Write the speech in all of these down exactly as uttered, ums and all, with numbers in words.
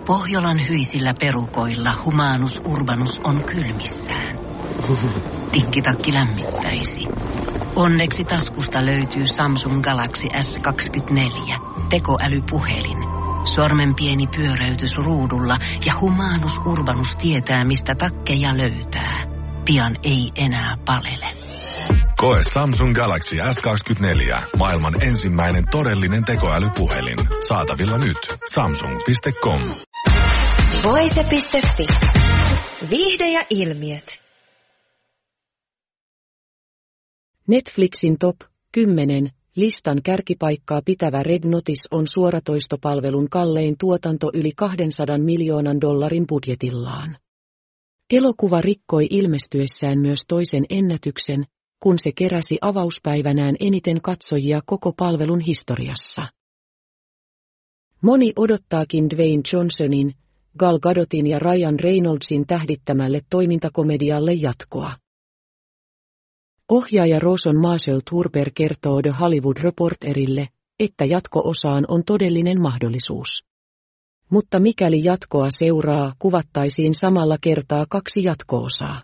Pohjolan hyisillä perukoilla Humanus Urbanus on kylmissään. Tikkitakki lämmittäisi. Onneksi taskusta löytyy Samsung Galaxy S kaksikymmentäneljä, tekoälypuhelin. Sormen pieni pyöräytys ruudulla ja Humanus Urbanus tietää, mistä takkeja löytää. Pian ei enää palele. Koe Samsung Galaxy S kaksikymmentäneljä, maailman ensimmäinen todellinen tekoälypuhelin. Saatavilla nyt. Samsung piste com. Voise piste fi. Viihde ja ilmiöt. Netflixin top kymmenen listan kärkipaikkaa pitävä Red Notice on suoratoistopalvelun kallein tuotanto yli kahdensadan miljoonan dollarin budjetillaan. Elokuva rikkoi ilmestyessään myös toisen ennätyksen, kun se keräsi avauspäivänään eniten katsojia koko palvelun historiassa. Moni odottaakin Dwayne Johnsonin, Gal Gadotin ja Ryan Reynoldsin tähdittämälle toimintakomedialle jatkoa. Ohjaaja Roson Marshall Thurber kertoo The Hollywood Reporterille, että jatko-osaan on todellinen mahdollisuus. Mutta mikäli jatkoa seuraa, kuvattaisiin samalla kertaa kaksi jatko-osaa.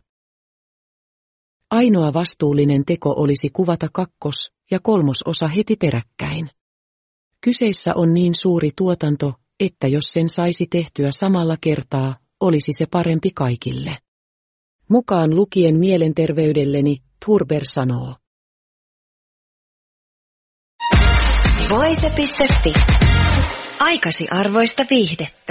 Ainoa vastuullinen teko olisi kuvata kakkos- ja kolmososa heti peräkkäin. Kyseessä on niin suuri tuotanto, että jos sen saisi tehtyä samalla kertaa, olisi se parempi kaikille. Mukaan lukien mielenterveydelleni, Thurber sanoo. Voise piste fi. Aikasi arvoista viihdettä.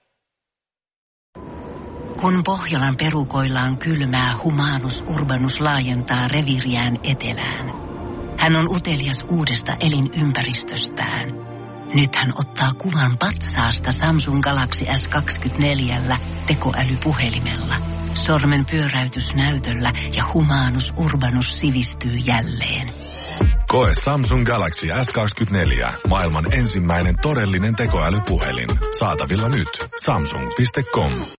Kun Pohjolan perukoillaan kylmää, Humanus Urbanus laajentaa reviiriään etelään. Hän on utelias uudesta elinympäristöstään. Nyt hän ottaa kuvan patsaasta Samsung Galaxy S kaksikymmentäneljä tekoälypuhelimella. Sormen pyöräytys näytöllä ja Humanus Urbanus sivistyy jälleen. Koe Samsung Galaxy S kaksikymmentäneljä, maailman ensimmäinen todellinen tekoälypuhelin. Saatavilla nyt. Samsung piste com.